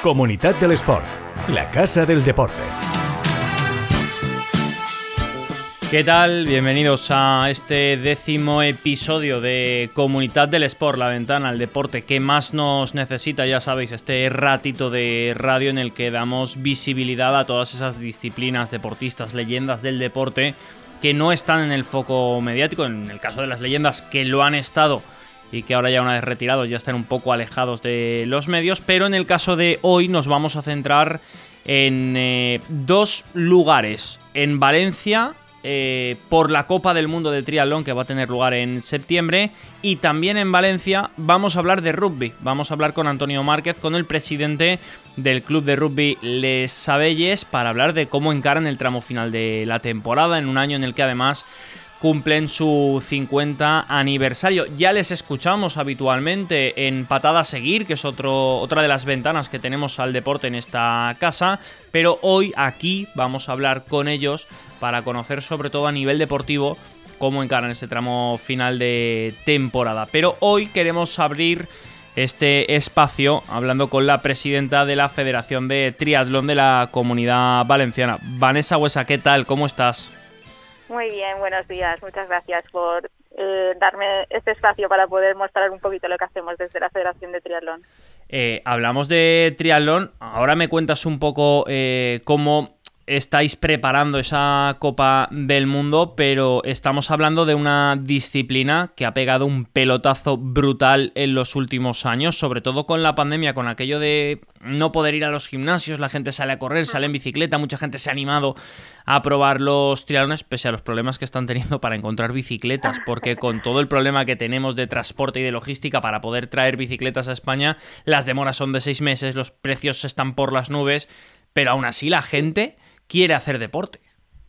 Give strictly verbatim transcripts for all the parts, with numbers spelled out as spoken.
Comunitat de l'Esport, la casa del deporte. ¿Qué tal? Bienvenidos a este décimo episodio de Comunitat del Sport, la ventana al deporte que más nos necesita, ya sabéis, este ratito de radio en el que damos visibilidad a todas esas disciplinas, deportistas, leyendas del deporte que no están en el foco mediático, en el caso de las leyendas que lo han estado y que ahora ya una vez retirados ya están un poco alejados de los medios, pero en el caso de hoy nos vamos a centrar en eh, dos lugares, en Valencia, Eh, por la Copa del Mundo de Triatlón que va a tener lugar en septiembre, y también en Valencia vamos a hablar de rugby. Vamos a hablar con Antonio Márquez, con el presidente del club de rugby Les Abelles, para hablar de cómo encaran el tramo final de la temporada, en un año en el que además cumplen su cincuenta aniversario. Ya les escuchamos habitualmente en Patada a Seguir, que es otro, otra de las ventanas que tenemos al deporte en esta casa, pero hoy aquí vamos a hablar con ellos para conocer sobre todo a nivel deportivo cómo encaran este tramo final de temporada. Pero hoy queremos abrir este espacio hablando con la presidenta de la Federación de Triatlón de la Comunidad Valenciana. Vanessa Huesa, ¿qué tal? ¿Cómo estás? Muy bien, buenos días. Muchas gracias por eh, darme este espacio para poder mostrar un poquito lo que hacemos desde la Federación de Triatlón. Eh, hablamos de triatlón. Ahora me cuentas un poco eh, cómo estáis preparando esa Copa del Mundo, pero estamos hablando de una disciplina que ha pegado un pelotazo brutal en los últimos años, sobre todo con la pandemia, con aquello de no poder ir a los gimnasios, la gente sale a correr, sale en bicicleta, mucha gente se ha animado a probar los triatlones, pese a los problemas que están teniendo para encontrar bicicletas, porque con todo el problema que tenemos de transporte y de logística para poder traer bicicletas a España, las demoras son de seis meses, los precios están por las nubes, pero aún así la gente quiere hacer deporte.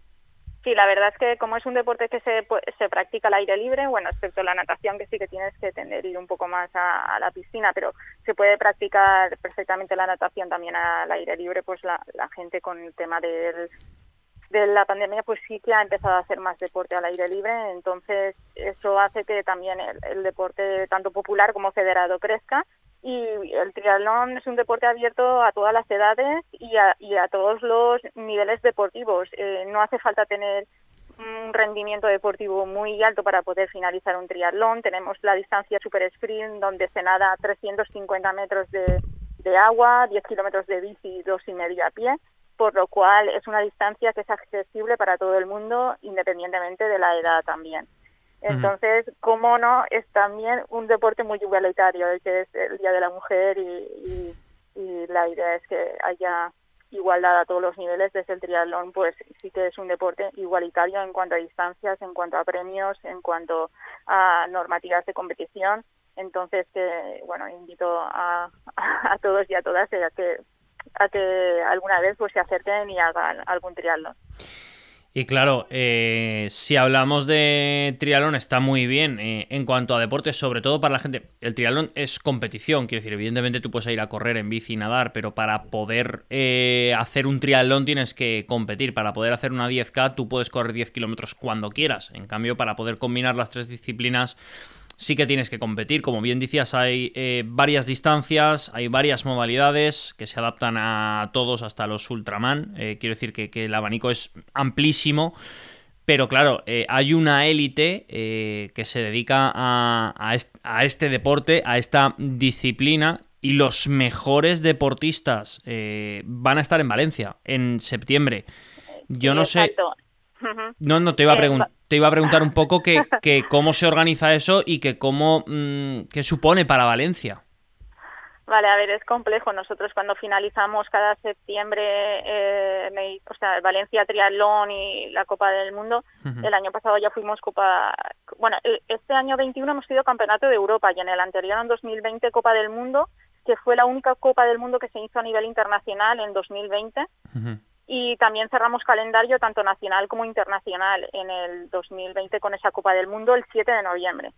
Sí, la verdad es que como es un deporte que se, se practica al aire libre, bueno, excepto la natación, que sí que tienes que tener ir un poco más a, a la piscina, pero se puede practicar perfectamente la natación también al aire libre, pues la, la gente con el tema del, de la pandemia pues sí que ha empezado a hacer más deporte al aire libre, entonces eso hace que también el, el deporte tanto popular como federado crezca. Y el triatlón es un deporte abierto a todas las edades y a, y a todos los niveles deportivos. Eh, no hace falta tener un rendimiento deportivo muy alto para poder finalizar un triatlón. Tenemos la distancia super sprint, donde se nada trescientos cincuenta metros de, de agua, diez kilómetros de bici y dos y medio a pie, por lo cual es una distancia que es accesible para todo el mundo, independientemente de la edad también. Entonces, cómo no, es también un deporte muy igualitario, que es el Día de la Mujer, y, y, y la idea es que haya igualdad a todos los niveles. Desde el triatlón, pues sí que es un deporte igualitario en cuanto a distancias, en cuanto a premios, en cuanto a normativas de competición. Entonces, que bueno, invito a, a, a todos y a todas a que, a que alguna vez pues se acerquen y hagan algún triatlón. Y claro, eh, si hablamos de triatlón está muy bien eh, en cuanto a deportes, sobre todo para la gente. El triatlón es competición, quiero decir, evidentemente tú puedes ir a correr en bici y nadar, pero para poder eh, hacer un triatlón tienes que competir. Para poder hacer una diez K tú puedes correr diez kilómetros cuando quieras. En cambio, para poder combinar las tres disciplinas sí que tienes que competir. Como bien decías, hay eh, varias distancias, hay varias modalidades que se adaptan a todos, hasta los Ultraman. Eh, quiero decir que, que el abanico es amplísimo, pero claro, eh, hay una élite eh, que se dedica a, a, est- a este deporte, a esta disciplina, y los mejores deportistas eh, van a estar en Valencia en septiembre. Yo sí, no exacto. sé... No, no, te iba a, pregun- te iba a preguntar un poco que, que cómo se organiza eso y que cómo mmm, qué supone para Valencia. Vale, a ver, es complejo. Nosotros cuando finalizamos cada septiembre, eh, me, o sea, Valencia Triatlón y la Copa del Mundo, uh-huh. El año pasado ya fuimos Copa... Bueno, este año veintiuno hemos sido Campeonato de Europa y en el anterior, en dos mil veinte, Copa del Mundo, que fue la única Copa del Mundo que se hizo a nivel internacional en dos mil veinte. Uh-huh. Y también cerramos calendario tanto nacional como internacional en el dos mil veinte con esa Copa del Mundo el siete de noviembre.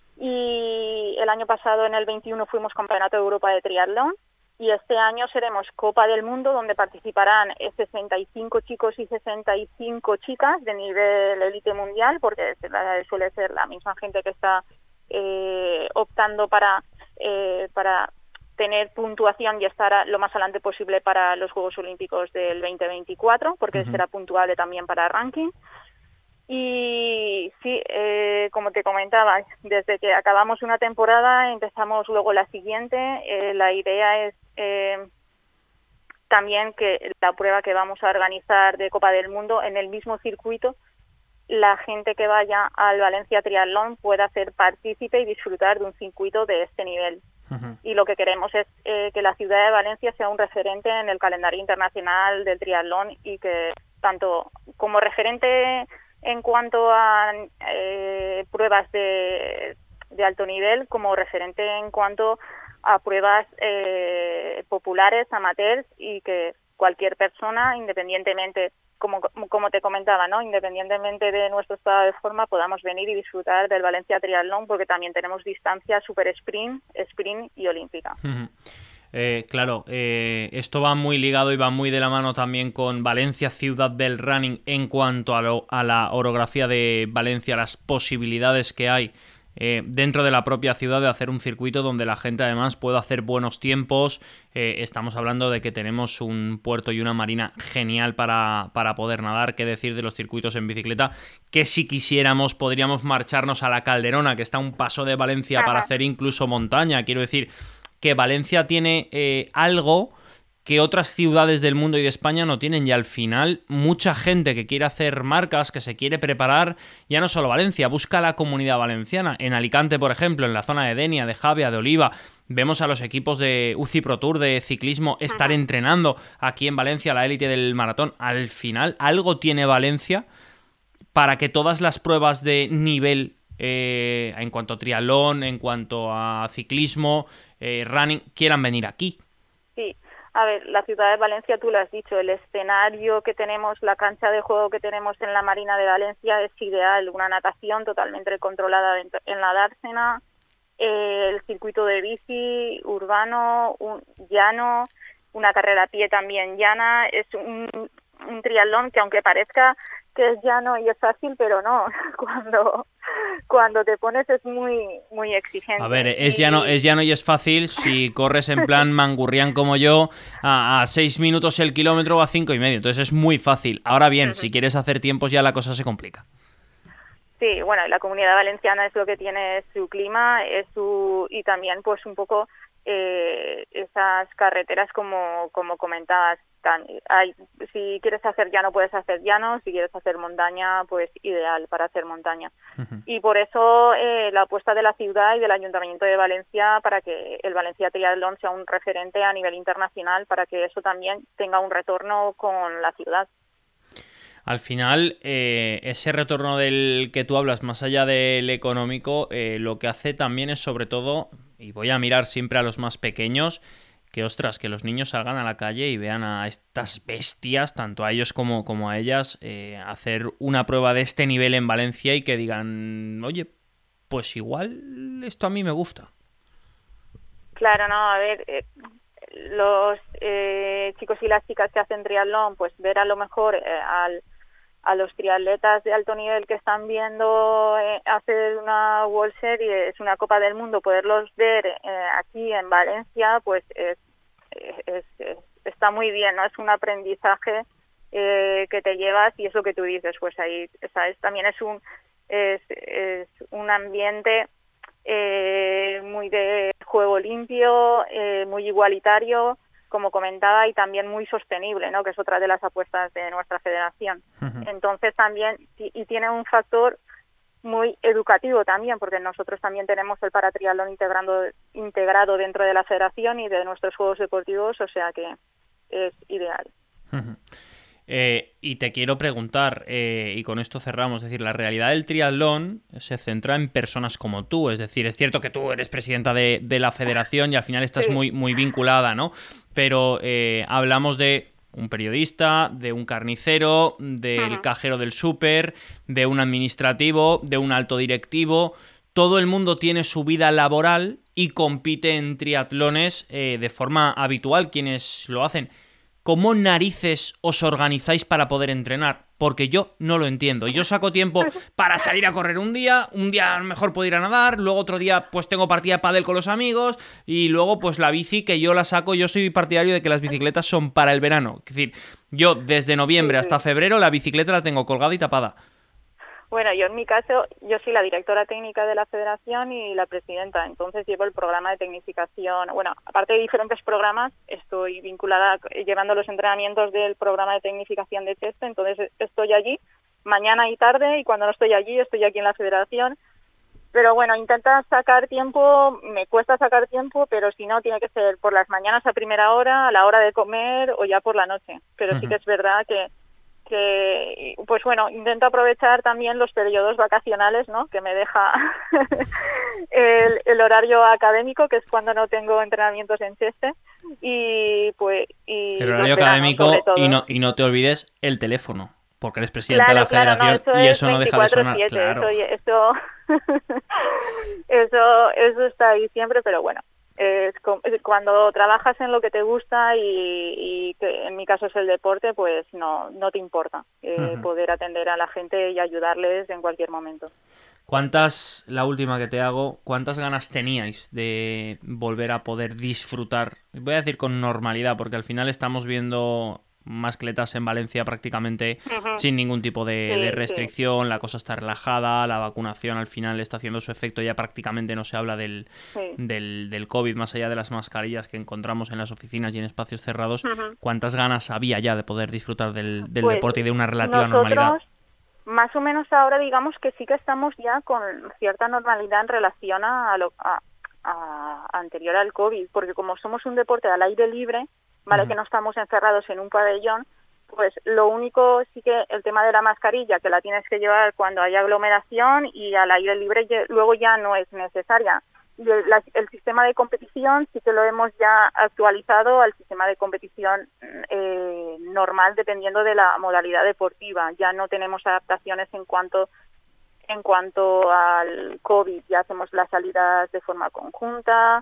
Y el año pasado, en el veintiuno, fuimos Campeonato de Europa de Triatlón, y este año seremos Copa del Mundo, donde participarán sesenta y cinco chicos y sesenta y cinco chicas de nivel élite mundial, porque suele ser la misma gente que está eh, optando para, eh, para tener puntuación y estar a, lo más adelante posible para los Juegos Olímpicos del veinte veinticuatro, porque uh-huh. será puntuable también para ranking. Y sí, eh, como te comentaba, desde que acabamos una temporada empezamos luego la siguiente. Eh, la idea es eh, también que la prueba que vamos a organizar de Copa del Mundo en el mismo circuito, la gente que vaya al Valencia Triatlón pueda ser partícipe y disfrutar de un circuito de este nivel. Uh-huh. Y lo que queremos es eh, que la ciudad de Valencia sea un referente en el calendario internacional del triatlón y que tanto como referente en cuanto a eh, pruebas de, de alto nivel como referente en cuanto a pruebas eh, populares, amateurs, y que cualquier persona, independientemente, como, como te comentaba, ¿no? independientemente de nuestro estado de forma, podamos venir y disfrutar del Valencia Triatlón, porque también tenemos distancia super sprint, sprint y olímpica. Uh-huh. Eh, claro, eh, esto va muy ligado y va muy de la mano también con Valencia, ciudad del running, en cuanto a, lo, a la orografía de Valencia, las posibilidades que hay eh, dentro de la propia ciudad de hacer un circuito donde la gente además pueda hacer buenos tiempos. Eh, estamos hablando de que tenemos un puerto y una marina genial para, para poder nadar. Qué decir de los circuitos en bicicleta, que si quisiéramos podríamos marcharnos a la Calderona, que está a un paso de Valencia, para hacer incluso montaña. Quiero decir que Valencia tiene eh, algo que otras ciudades del mundo y de España no tienen, y al final mucha gente que quiere hacer marcas, que se quiere preparar, ya no solo Valencia, busca la comunidad valenciana. En Alicante, por ejemplo, en la zona de Denia, de Javia, de Oliva, vemos a los equipos de U C I Pro Tour de ciclismo estar entrenando aquí en Valencia, la élite del maratón. Al final algo tiene Valencia para que todas las pruebas de nivel Eh, en cuanto a triatlón, en cuanto a ciclismo, eh, running, quieran venir aquí. Sí, a ver, la ciudad de Valencia, tú lo has dicho, el escenario que tenemos, la cancha de juego que tenemos en la Marina de Valencia es ideal, una natación totalmente controlada en la dársena, eh, el circuito de bici urbano, un, llano, una carrera a pie también llana, es un, un triatlón que aunque parezca que es llano y es fácil, pero no, cuando cuando te pones es muy muy exigente. A ver, es llano, es llano y es fácil si corres en plan mangurrián como yo, a, a seis minutos el kilómetro o a cinco y medio, entonces es muy fácil. Ahora bien, uh-huh. si quieres hacer tiempos ya la cosa se complica. Sí, bueno, la Comunidad Valenciana es lo que tiene, es su clima, es su y también pues un poco eh, esas carreteras como como comentabas. Hay, si quieres hacer llano puedes hacer llano, si quieres hacer montaña pues ideal para hacer montaña. Uh-huh. Y por eso eh, la apuesta de la ciudad y del Ayuntamiento de Valencia para que el Valencia Triatlón sea un referente a nivel internacional, para que eso también tenga un retorno con la ciudad. Al final, eh, ese retorno del que tú hablas, más allá del económico, eh, lo que hace también es sobre todo, y voy a mirar siempre a los más pequeños, que ostras, que los niños salgan a la calle y vean a estas bestias, tanto a ellos como, como a ellas, eh, hacer una prueba de este nivel en Valencia y que digan, oye, pues igual esto a mí me gusta. Claro, no, a ver, eh, los eh, chicos y las chicas que hacen triatlón, pues ver a lo mejor eh, al, a los triatletas de alto nivel que están viendo eh, hacer una World Series, una Copa del Mundo, poderlos ver eh, aquí en Valencia, pues es, es, es, está muy bien, ¿no? Es un aprendizaje eh, que te llevas y es lo que tú dices, pues ahí, ¿sabes? También es un, es, es un ambiente eh, muy de juego limpio, eh, muy igualitario, como comentaba, y también muy sostenible, ¿no? Que es otra de las apuestas de nuestra federación. Uh-huh. Entonces también, y, y tiene un factor muy educativo también, porque nosotros también tenemos el paratriatlón integrando, integrado dentro de la federación y de nuestros juegos deportivos, o sea que es ideal. Uh-huh. Eh, y te quiero preguntar, eh, y con esto cerramos, es decir, la realidad del triatlón se centra en personas como tú, es decir, es cierto que tú eres presidenta de, de la federación y al final estás sí. muy, muy vinculada, ¿no? Pero eh, hablamos de un periodista, de un carnicero, del uh-huh. cajero del súper, de un administrativo, de un alto directivo. Todo el mundo tiene su vida laboral y compite en triatlones eh, de forma habitual, quienes lo hacen. ¿cómo narices os organizáis para poder entrenar? Porque yo no lo entiendo. Yo saco tiempo para salir a correr un día, un día a lo mejor puedo ir a nadar, luego otro día pues tengo partida de pádel con los amigos y luego pues la bici que yo la saco, yo soy partidario de que las bicicletas son para el verano. Es decir, yo desde noviembre hasta febrero la bicicleta la tengo colgada y tapada. Bueno, yo en mi caso, yo soy la directora técnica de la federación y la presidenta, entonces llevo el programa de tecnificación. Bueno, aparte de diferentes programas, estoy vinculada llevando los entrenamientos del programa de tecnificación de Cheste, entonces estoy allí mañana y tarde y cuando no estoy allí estoy aquí en la federación. Pero bueno, intenta sacar tiempo, me cuesta sacar tiempo, pero si no, tiene que ser por las mañanas a primera hora, a la hora de comer o ya por la noche. Pero uh-huh. sí que es verdad que que pues bueno, intento aprovechar también los periodos vacacionales, ¿no? Que me deja el, el horario académico, que es cuando no tengo entrenamientos en Cheste, y pues y el horario académico y no y no te olvides el teléfono, porque eres presidente claro, de la claro, federación no, eso y eso no deja de sonar, siete, claro. Eso eso, eso eso está ahí siempre, pero bueno. Es cuando trabajas en lo que te gusta y, y que en mi caso es el deporte, pues no no te importa eh, uh-huh. poder atender a la gente y ayudarles en cualquier momento. ¿Cuántas, la última que te hago, cuántas ganas teníais de volver a poder disfrutar? Voy a decir con normalidad, porque al final estamos viendo mascletas en Valencia prácticamente uh-huh. sin ningún tipo de, sí, de restricción, sí. La cosa está relajada, la vacunación al final está haciendo su efecto, ya prácticamente no se habla del, sí. del, del COVID, más allá de las mascarillas que encontramos en las oficinas y en espacios cerrados. Uh-huh. ¿Cuántas ganas había ya de poder disfrutar del, del pues deporte y de una relativa nosotros, normalidad? Más o menos ahora digamos que sí que estamos ya con cierta normalidad en relación a lo a, a, a anterior al COVID, porque como somos un deporte al aire libre, vale, uh-huh. que no estamos encerrados en un pabellón, pues lo único sí que el tema de la mascarilla, que la tienes que llevar cuando hay aglomeración y al aire libre luego ya no es necesaria. Y el, la, el sistema de competición sí que lo hemos ya actualizado al sistema de competición eh, normal dependiendo de la modalidad deportiva. Ya no tenemos adaptaciones en cuanto en cuanto al COVID, ya hacemos las salidas de forma conjunta,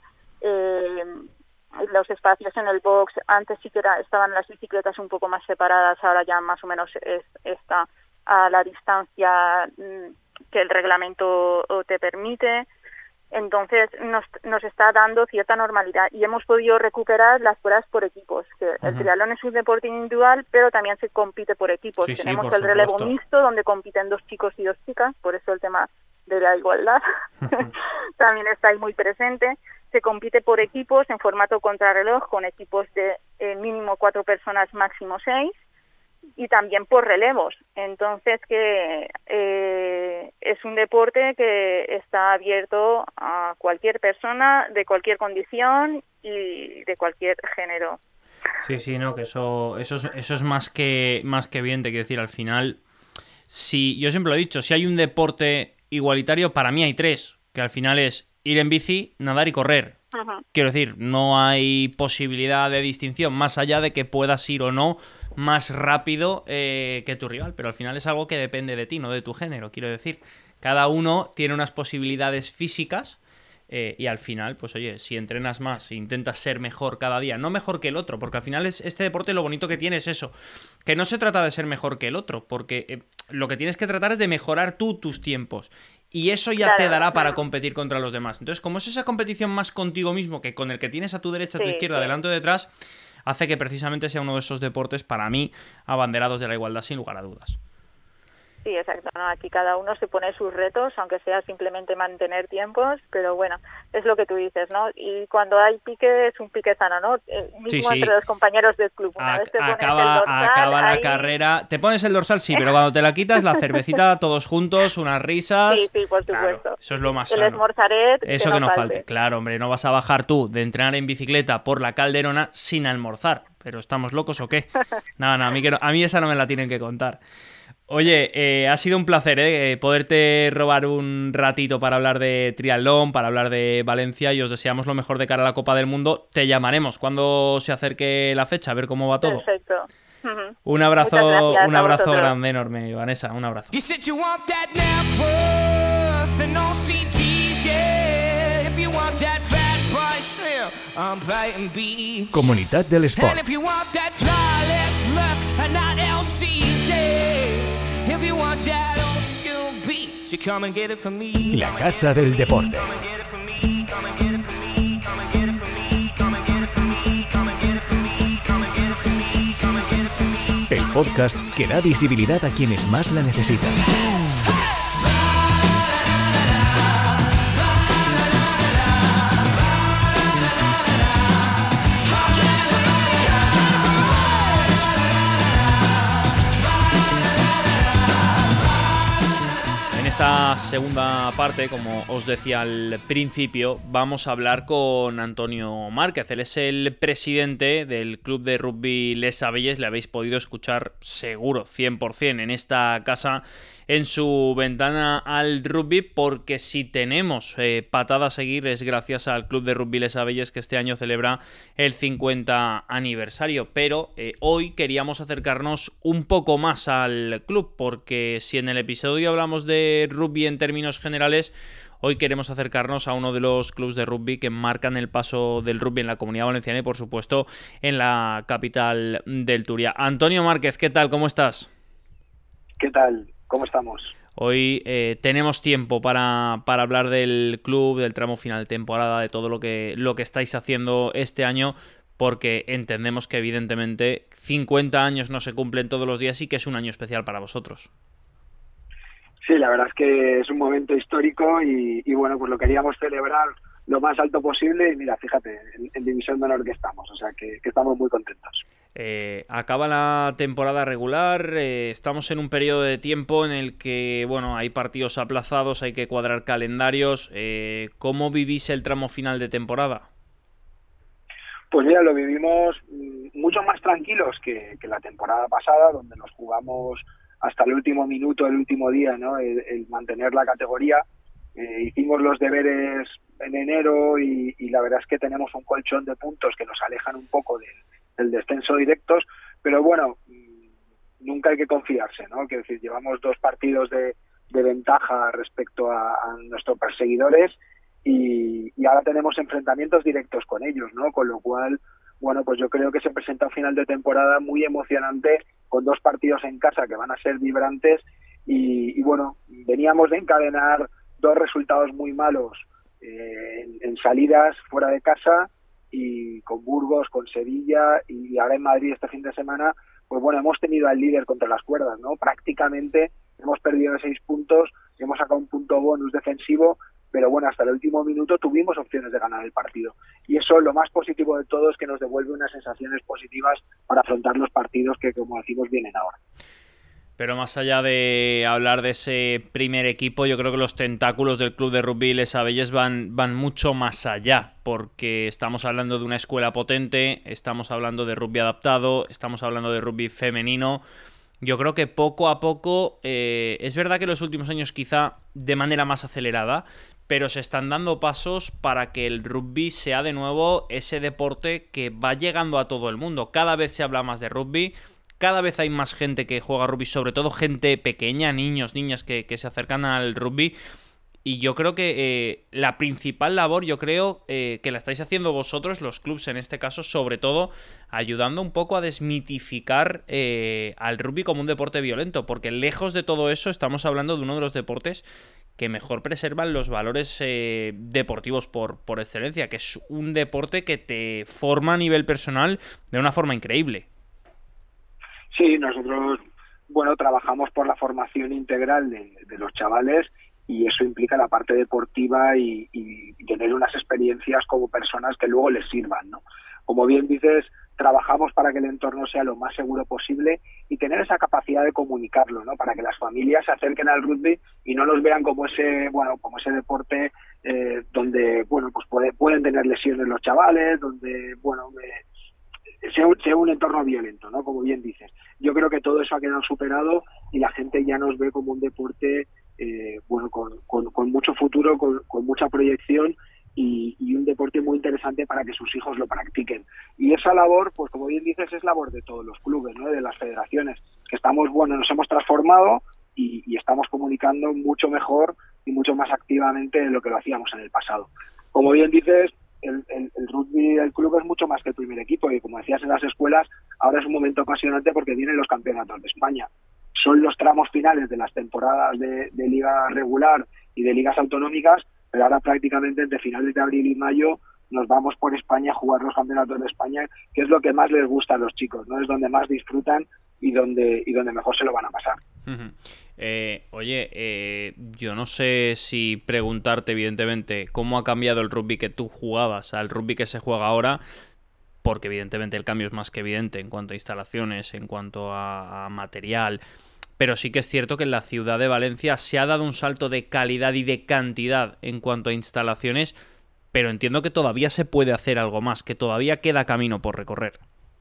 eh, los espacios en el box, antes sí que era, estaban las bicicletas un poco más separadas, ahora ya más o menos es, está a la distancia que el reglamento te permite. Entonces nos, nos está dando cierta normalidad y hemos podido recuperar las pruebas por equipos, que uh-huh. el triatlón es un deporte individual, pero también se compite por equipos. Sí, Tenemos sí, por el relevo supuesto. mixto, donde compiten dos chicos y dos chicas, por eso el tema de la igualdad uh-huh. también está ahí muy presente. Se compite por equipos en formato contrarreloj, con equipos de eh, mínimo cuatro personas, máximo seis, y también por relevos. Entonces que eh, es un deporte que está abierto a cualquier persona de cualquier condición y de cualquier género. Sí, sí, no, que eso eso es, eso es más que más que bien, te quiero decir, al final, si yo siempre lo he dicho, si hay un deporte igualitario, para mí hay tres, que al final es ir en bici, nadar y correr. Uh-huh. Quiero decir, no hay posibilidad de distinción más allá de que puedas ir o no más rápido eh, que tu rival, pero al final es algo que depende de ti, no de tu género. Quiero decir, cada uno tiene unas posibilidades físicas eh, y al final, pues oye, si entrenas más, si intentas ser mejor cada día, no mejor que el otro, porque al final es, este deporte lo bonito que tiene es eso, que no se trata de ser mejor que el otro, porque eh, lo que tienes que tratar es de mejorar tú tus tiempos. Y eso ya claro, te dará claro. para competir contra los demás. Entonces, como es esa competición más contigo mismo que con el que tienes a tu derecha, a tu sí, izquierda, sí. delante o detrás, hace que precisamente sea uno de esos deportes, para mí, abanderados de la igualdad, sin lugar a dudas. Sí, exacto. ¿no? Aquí cada uno se pone sus retos, aunque sea simplemente mantener tiempos, pero bueno, es lo que tú dices, ¿no? Y cuando hay pique, es un pique sano, ¿no? Eh, mismo sí, sí. entre los compañeros del club. Una a- vez te pones acaba, el dorsal, acaba la ahí... carrera. Te pones el dorsal, sí, pero cuando te la quitas, la cervecita, todos juntos, unas risas. Sí, sí, por supuesto. Claro, eso es lo más el sano. esmorzaret, Eso que que no no falte. falte. Claro, hombre, no vas a bajar tú de entrenar en bicicleta por la Calderona sin almorzar. ¿Pero estamos locos o qué? No, no, a mí, que no, a mí esa no me la tienen que contar. Oye, eh, ha sido un placer ¿eh? poderte robar un ratito para hablar de triatlón, para hablar de Valencia, y os deseamos lo mejor de cara a la Copa del Mundo. Te llamaremos cuando se acerque la fecha, a ver cómo va todo. Perfecto. Uh-huh. Un abrazo, gracias, un abrazo grande, enorme, Vanessa, un abrazo. Comunitat de l'Esport. La Casa del Deporte. El podcast que da visibilidad a quienes más la necesitan. En esta segunda parte, como os decía al principio, vamos a hablar con Antonio Márquez. Él es el presidente del Club de Rugby Les Abelles. Le habéis podido escuchar seguro, cien por ciento, en esta casa, en su ventana al rugby, porque si tenemos eh, patada a seguir es gracias al Club de Rugby Les Abelles, que este año celebra el cincuenta aniversario. Pero eh, hoy queríamos acercarnos un poco más al club, porque si en el episodio hablamos de rugby en términos generales, hoy queremos acercarnos a uno de los clubes de rugby que marcan el paso del rugby en la Comunidad Valenciana y, por supuesto, en la capital del Turia. Antonio Márquez, ¿qué tal? ¿Cómo estás? ¿Qué tal? ¿Cómo estamos? Hoy eh, tenemos tiempo para, para hablar del club, del tramo final de temporada, de todo lo que, lo que estáis haciendo este año, porque entendemos que evidentemente cincuenta años no se cumplen todos los días y que es un año especial para vosotros. Sí, la verdad es que es un momento histórico y, y bueno, pues lo queríamos celebrar lo más alto posible y mira, fíjate, en, en división de honor que estamos, o sea que, que estamos muy contentos. Eh, acaba la temporada regular, eh, estamos en un periodo de tiempo en el que, bueno, hay partidos aplazados, hay que cuadrar calendarios. Eh, ¿Cómo vivís el tramo final de temporada? Pues mira, lo vivimos mucho más tranquilos que, que la temporada pasada, donde nos jugamos hasta el último minuto, el último día, ¿no? El, el mantener la categoría. Eh, hicimos los deberes en enero y, y la verdad es que tenemos un colchón de puntos que nos alejan un poco del, del descenso directos, pero bueno, nunca hay que confiarse, ¿no? Quiero decir, llevamos dos partidos de, de ventaja respecto a, a nuestros perseguidores y, y ahora tenemos enfrentamientos directos con ellos, ¿no? Con lo cual, bueno, pues yo creo que se presenta un final de temporada muy emocionante con dos partidos en casa que van a ser vibrantes y, y bueno, veníamos de encadenar dos resultados muy malos eh, en, en salidas fuera de casa y con Burgos, con Sevilla y ahora en Madrid este fin de semana, pues bueno, hemos tenido al líder contra las cuerdas, ¿no? Prácticamente hemos perdido seis puntos, hemos sacado un punto bonus defensivo, pero bueno, hasta el último minuto tuvimos opciones de ganar el partido. Y eso, lo más positivo de todo, es que nos devuelve unas sensaciones positivas para afrontar los partidos que, como decimos, vienen ahora. Pero más allá de hablar de ese primer equipo, yo creo que los tentáculos del Club de Rugby Les Abelles van, van mucho más allá, porque estamos hablando de una escuela potente, estamos hablando de rugby adaptado, estamos hablando de rugby femenino. Yo creo que poco a poco, eh, es verdad que en los últimos años quizá de manera más acelerada, pero se están dando pasos para que el rugby sea de nuevo ese deporte que va llegando a todo el mundo. Cada vez se habla más de rugby. Cada vez hay más gente que juega rugby, sobre todo gente pequeña, niños, niñas que, que se acercan al rugby. Y yo creo que eh, la principal labor, yo creo eh, que la estáis haciendo vosotros, los clubs en este caso, sobre todo ayudando un poco a desmitificar eh, al rugby como un deporte violento, porque lejos de todo eso estamos hablando de uno de los deportes que mejor preservan los valores eh, deportivos por, por excelencia, que es un deporte que te forma a nivel personal de una forma increíble. Sí, nosotros, bueno, trabajamos por la formación integral de, de los chavales y eso implica la parte deportiva y, y tener unas experiencias como personas que luego les sirvan, ¿no? Como bien dices, trabajamos para que el entorno sea lo más seguro posible y tener esa capacidad de comunicarlo, ¿no? Para que las familias se acerquen al rugby y no nos vean como ese, bueno, como ese deporte eh, donde, bueno, pues puede, pueden tener lesiones los chavales, donde, bueno, eh, sea un, sea un entorno violento, ¿no? Como bien dices. Yo creo que todo eso ha quedado superado y la gente ya nos ve como un deporte eh, bueno, con, con, con mucho futuro, con, con mucha proyección y, y un deporte muy interesante para que sus hijos lo practiquen. Y esa labor, pues como bien dices, es labor de todos los clubes, ¿no? De las federaciones, que estamos, bueno, nos hemos transformado y, y estamos comunicando mucho mejor y mucho más activamente de lo que lo hacíamos en el pasado. Como bien dices, el, el, el rugby del club es mucho más que el primer equipo, y como decías, en las escuelas ahora es un momento apasionante porque vienen los campeonatos de España. Son los tramos finales de las temporadas de, de liga regular y de ligas autonómicas, pero ahora prácticamente entre finales de abril y mayo nos vamos por España a jugar los campeonatos de España, que es lo que más les gusta a los chicos, ¿no? Es donde más disfrutan y donde y donde mejor se lo van a pasar. Uh-huh. Eh, oye, eh, yo no sé si preguntarte, evidentemente, cómo ha cambiado el rugby que tú jugabas al rugby que se juega ahora, porque evidentemente el cambio es más que evidente en cuanto a instalaciones, en cuanto a, a material, pero sí que es cierto que en la ciudad de Valencia se ha dado un salto de calidad y de cantidad en cuanto a instalaciones, pero entiendo que todavía se puede hacer algo más, que todavía queda camino por recorrer.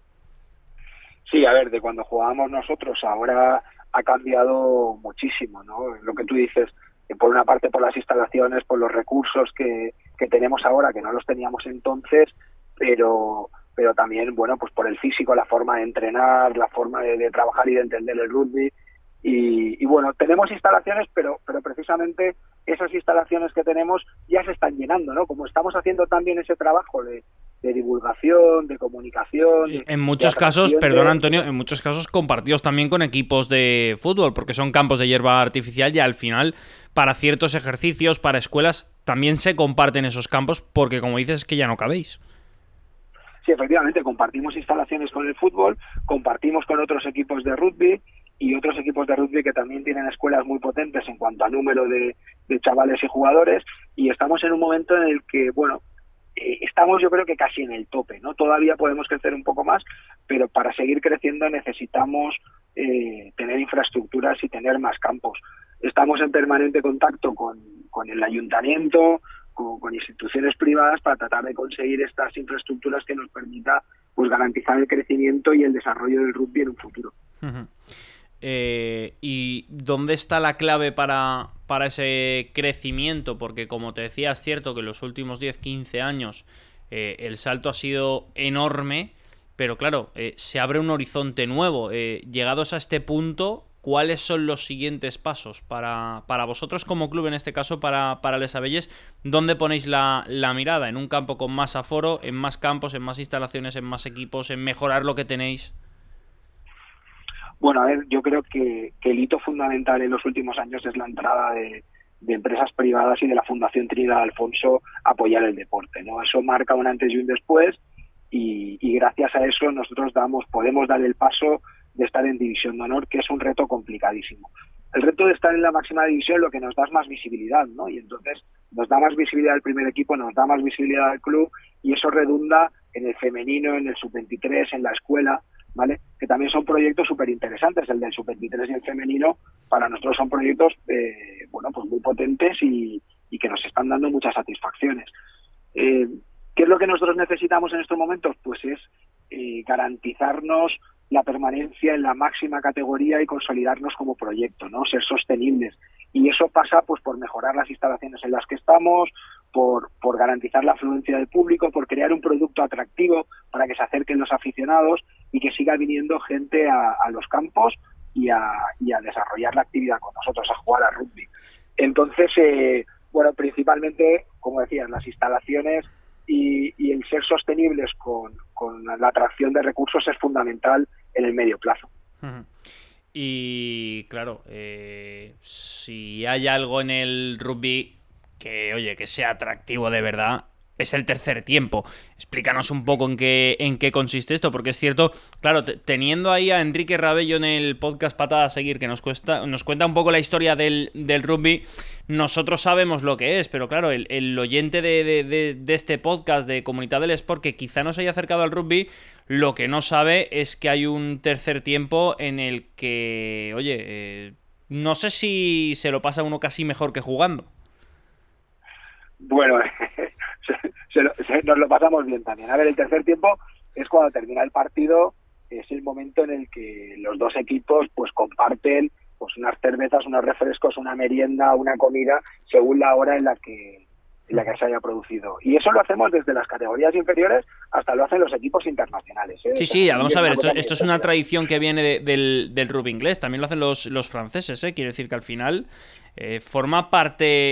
Sí, a ver, de cuando jugábamos nosotros ahora ha cambiado muchísimo, ¿no? Lo que tú dices, que por una parte por las instalaciones, por los recursos que, que tenemos ahora, que no los teníamos entonces, pero pero también, bueno, pues por el físico, la forma de entrenar, la forma de, de trabajar y de entender el rugby. Y, y bueno, tenemos instalaciones, pero pero precisamente esas instalaciones que tenemos ya se están llenando, ¿no? Como estamos haciendo también ese trabajo de, de divulgación, de comunicación... De, en muchos casos, perdón Antonio, en muchos casos compartidos también con equipos de fútbol, porque son campos de hierba artificial y al final, para ciertos ejercicios, para escuelas, también se comparten esos campos, porque como dices, es que ya no cabéis. Sí, efectivamente, compartimos instalaciones con el fútbol, compartimos con otros equipos de rugby, y otros equipos de rugby que también tienen escuelas muy potentes en cuanto a número de, de chavales y jugadores, y estamos en un momento en el que, bueno, eh, estamos yo creo que casi en el tope, ¿no? Todavía podemos crecer un poco más, pero para seguir creciendo necesitamos eh, tener infraestructuras y tener más campos. Estamos en permanente contacto con, con el ayuntamiento, con, con instituciones privadas para tratar de conseguir estas infraestructuras que nos permita pues garantizar el crecimiento y el desarrollo del rugby en un futuro. Uh-huh. Eh, ¿Y dónde está la clave para, para ese crecimiento? Porque como te decía, es cierto que en los últimos diez a quince años eh, el salto ha sido enorme, pero claro, eh, se abre un horizonte nuevo. Eh, llegados a este punto, ¿cuáles son los siguientes pasos para, para vosotros como club, en este caso para, para Les Abelles? ¿Dónde ponéis la, la mirada? ¿En un campo con más aforo, en más campos, en más instalaciones, en más equipos, en mejorar lo que tenéis? Bueno, a ver, yo creo que, que el hito fundamental en los últimos años es la entrada de, de empresas privadas y de la Fundación Trinidad Alfonso a apoyar el deporte, ¿no? Eso marca un antes y un después y, y gracias a eso nosotros damos, podemos dar el paso de estar en División de Honor, que es un reto complicadísimo. El reto de estar en la máxima división lo que nos da es más visibilidad, ¿no? Y entonces nos da más visibilidad al primer equipo, nos da más visibilidad al club y eso redunda en el femenino, en el sub veintitrés, en la escuela, ¿vale? Que también son proyectos súper interesantes. El del sub veintitrés y el femenino para nosotros son proyectos eh, bueno, pues muy potentes y, y que nos están dando muchas satisfacciones. Eh, ¿Qué es lo que nosotros necesitamos en estos momentos? Pues es eh, garantizarnos la permanencia en la máxima categoría y consolidarnos como proyecto, ¿no? Ser sostenibles. Y eso pasa pues por mejorar las instalaciones en las que estamos, por, por garantizar la afluencia del público, por crear un producto atractivo para que se acerquen los aficionados y que siga viniendo gente a, a los campos y a, y a desarrollar la actividad con nosotros, a jugar a rugby. Entonces, eh, bueno, principalmente, como decías, las instalaciones y, y el ser sostenibles con, con la atracción de recursos es fundamental en el medio plazo. Uh-huh. Y claro, eh, si hay algo en el rugby que, oye, que sea atractivo de verdad, es el tercer tiempo. Explícanos un poco en qué, en qué consiste esto, porque es cierto, claro, t- teniendo ahí a Enrique Rabello en el podcast Patada a Seguir, que nos, cuesta, nos cuenta un poco la historia del, del rugby, nosotros sabemos lo que es, pero claro, el, el oyente de, de, de, de este podcast de Comunidad del Sport, que quizá no se haya acercado al rugby, lo que no sabe es que hay un tercer tiempo en el que, oye, eh, no sé si se lo pasa uno casi mejor que jugando. Bueno, se, se lo, se, nos lo pasamos bien también. A ver, el tercer tiempo es cuando termina el partido, es el momento en el que los dos equipos pues comparten pues unas cervezas, unos refrescos, una merienda, una comida, según la hora en la que en la que se haya producido. Y eso lo hacemos desde las categorías inferiores hasta lo hacen los equipos internacionales, ¿eh? Sí, sí, vamos a ver, esto, esto es una tradición que viene de, del, del rugby inglés, también lo hacen los, los franceses, ¿eh? Quiere decir que al final eh, forma parte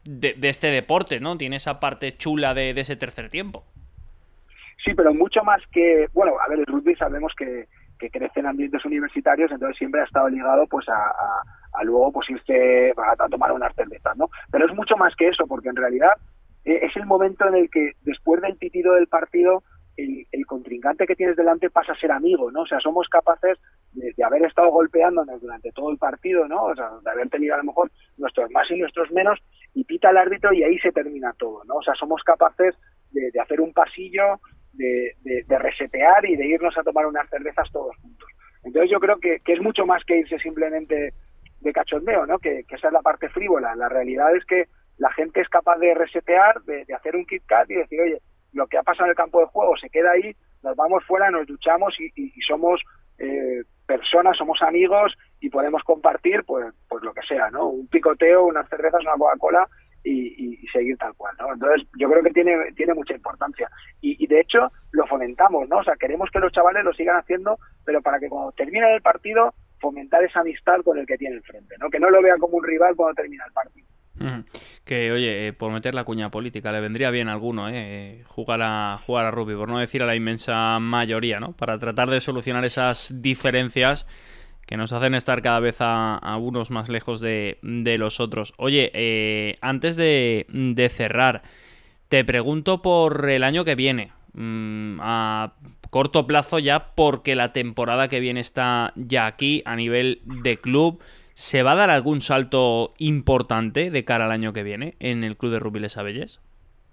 de, de este deporte, ¿no? Tiene esa parte chula de, de ese tercer tiempo. Sí, pero mucho más que... Bueno, a ver, el rugby sabemos que, que crece en ambientes universitarios, entonces siempre ha estado ligado pues a, a, a luego pues irse a, a tomar unas cervezas, ¿no? Pero es mucho más que eso, porque en realidad eh, es el momento en el que después del pitido del partido el, el contrincante que tienes delante pasa a ser amigo, ¿no? O sea, somos capaces de, de haber estado golpeándonos durante todo el partido, ¿no? O sea, de haber tenido a lo mejor nuestros más y nuestros menos, y pita el árbitro y ahí se termina todo, ¿no? O sea, somos capaces de, de hacer un pasillo, de, de, de resetear y de irnos a tomar unas cervezas todos juntos. Entonces yo creo que, que es mucho más que irse simplemente de cachondeo, ¿no? Que, que esa es la parte frívola. La realidad es que la gente es capaz de resetear, de, de hacer un Kit Kat y decir, oye, lo que ha pasado en el campo de juego se queda ahí, nos vamos fuera, nos duchamos y, y, y somos eh, personas, somos amigos y podemos compartir pues, pues lo que sea, ¿no? Un picoteo, unas cervezas, una Coca-Cola y, y, y seguir tal cual, ¿no? Entonces yo creo que tiene, tiene mucha importancia y, y de hecho lo fomentamos, ¿no? O sea, queremos que los chavales lo sigan haciendo, pero para que cuando termine el partido fomentar esa amistad con el que tiene enfrente, ¿no? Que no lo vea como un rival cuando termina el partido. Mm. Que, oye, eh, por meter la cuña política, le vendría bien a alguno, ¿eh? Jugar a, jugar a rugby, por no decir a la inmensa mayoría, ¿no? Para tratar de solucionar esas diferencias que nos hacen estar cada vez a, a unos más lejos de, de los otros. Oye, eh, antes de, de cerrar, te pregunto por el año que viene, mmm, a corto plazo ya, porque la temporada que viene está ya aquí a nivel de club. ¿Se va a dar algún salto importante de cara al año que viene en el Club de Rugby Les Abelles?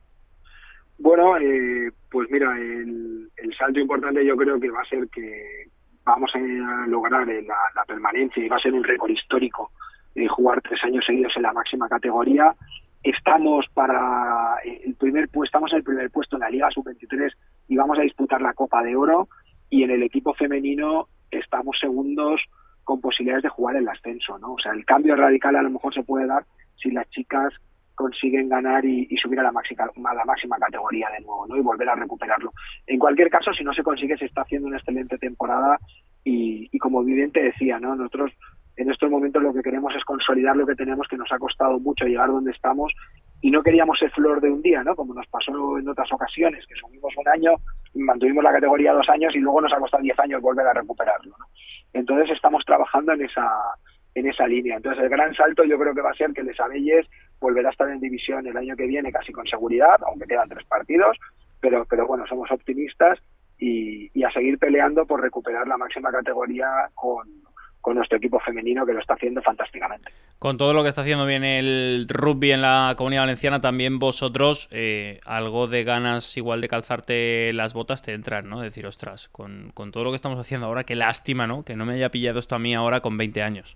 Bueno, eh, pues mira, el, el salto importante yo creo que va a ser que vamos a lograr la, la permanencia y va a ser un récord histórico de jugar tres años seguidos en la máxima categoría. Estamos para el primer puesto, estamos en el primer puesto en la Liga sub veintitrés y vamos a disputar la Copa de Oro, y en el equipo femenino estamos segundos con posibilidades de jugar el ascenso, ¿no? O sea, el cambio radical a lo mejor se puede dar si las chicas consiguen ganar y, y subir a la, máxima, a la máxima categoría de nuevo, ¿no? Y volver a recuperarlo. En cualquier caso, si no se consigue, se está haciendo una excelente temporada y, y como bien te decía, ¿no? Nosotros en estos momentos lo que queremos es consolidar lo que tenemos, que nos ha costado mucho llegar donde estamos, y no queríamos ser flor de un día, ¿no? Como nos pasó en otras ocasiones, que subimos un año, mantuvimos la categoría dos años y luego nos ha costado diez años volver a recuperarlo, ¿no? Entonces estamos trabajando en esa en esa línea. Entonces el gran salto yo creo que va a ser que Les Abelles volverá a estar en división el año que viene casi con seguridad, aunque quedan tres partidos, pero pero bueno, somos optimistas y, y a seguir peleando por recuperar la máxima categoría con con nuestro equipo femenino, que lo está haciendo fantásticamente. Con todo lo que está haciendo bien el rugby en la Comunidad Valenciana, también vosotros eh, algo de ganas igual de calzarte las botas te entran, ¿no? Decir, ostras, con, con todo lo que estamos haciendo ahora, qué lástima, ¿no? Que no me haya pillado esto a mí ahora con veinte años.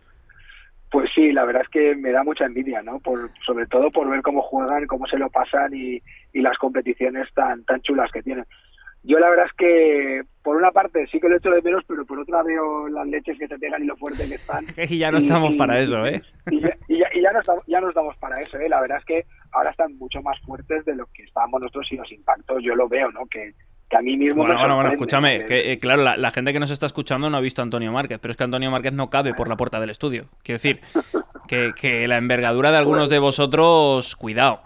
Pues sí, la verdad es que me da mucha envidia, ¿no? Por, sobre todo por ver cómo juegan, cómo se lo pasan y, y las competiciones tan, tan chulas que tienen. Yo la verdad es que, por una parte, sí que lo echo de menos, pero por otra veo las leches que te pegan y lo fuerte que están. Y ya no y, estamos y, para eso, ¿eh? Y, ya, y, ya, y ya, no estamos, ya no estamos para eso, ¿eh? La verdad es que ahora están mucho más fuertes de lo que estábamos nosotros, y los impactos yo lo veo, ¿no? Que, que a mí mismo bueno, me bueno, bueno, escúchame, ¿no? que, eh, claro, la, la gente que nos está escuchando no ha visto a Antonio Márquez, pero es que Antonio Márquez no cabe por la puerta del estudio. Quiero decir, que, que la envergadura de algunos de vosotros, cuidado.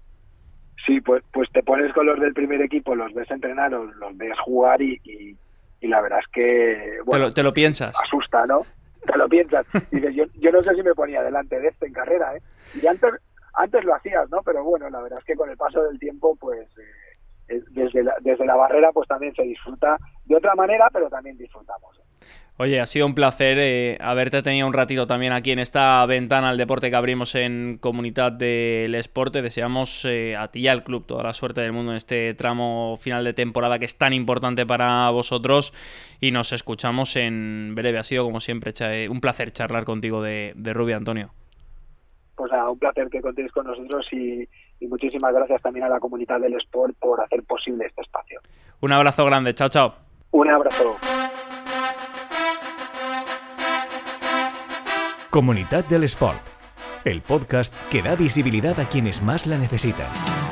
Sí, pues pues te pones con los del primer equipo, los ves entrenar, los, los ves jugar y, y, y la verdad es que... ¿Te Bueno, lo, te lo piensas? Asusta, ¿no? Te lo piensas. Dices, yo, yo no sé si me ponía delante de este en carrera, ¿eh? Y antes, antes lo hacías, ¿no? Pero bueno, la verdad es que con el paso del tiempo, pues... Eh, desde, la, desde la barrera, pues también se disfruta de otra manera, pero también disfrutamos, ¿eh? Oye, ha sido un placer eh, haberte tenido un ratito también aquí en esta ventana al deporte que abrimos en Comunidad del Esporte. Deseamos eh, a ti y al club toda la suerte del mundo en este tramo final de temporada que es tan importante para vosotros, y nos escuchamos en breve. Ha sido, como siempre, un placer charlar contigo de, de rugby, Antonio. Pues nada, un placer que contéis con nosotros y, y muchísimas gracias también a la Comunidad del Esport por hacer posible este espacio. Un abrazo grande, chao, chao. Un abrazo. Comunidad del Esport, el podcast que da visibilidad a quienes más la necesitan.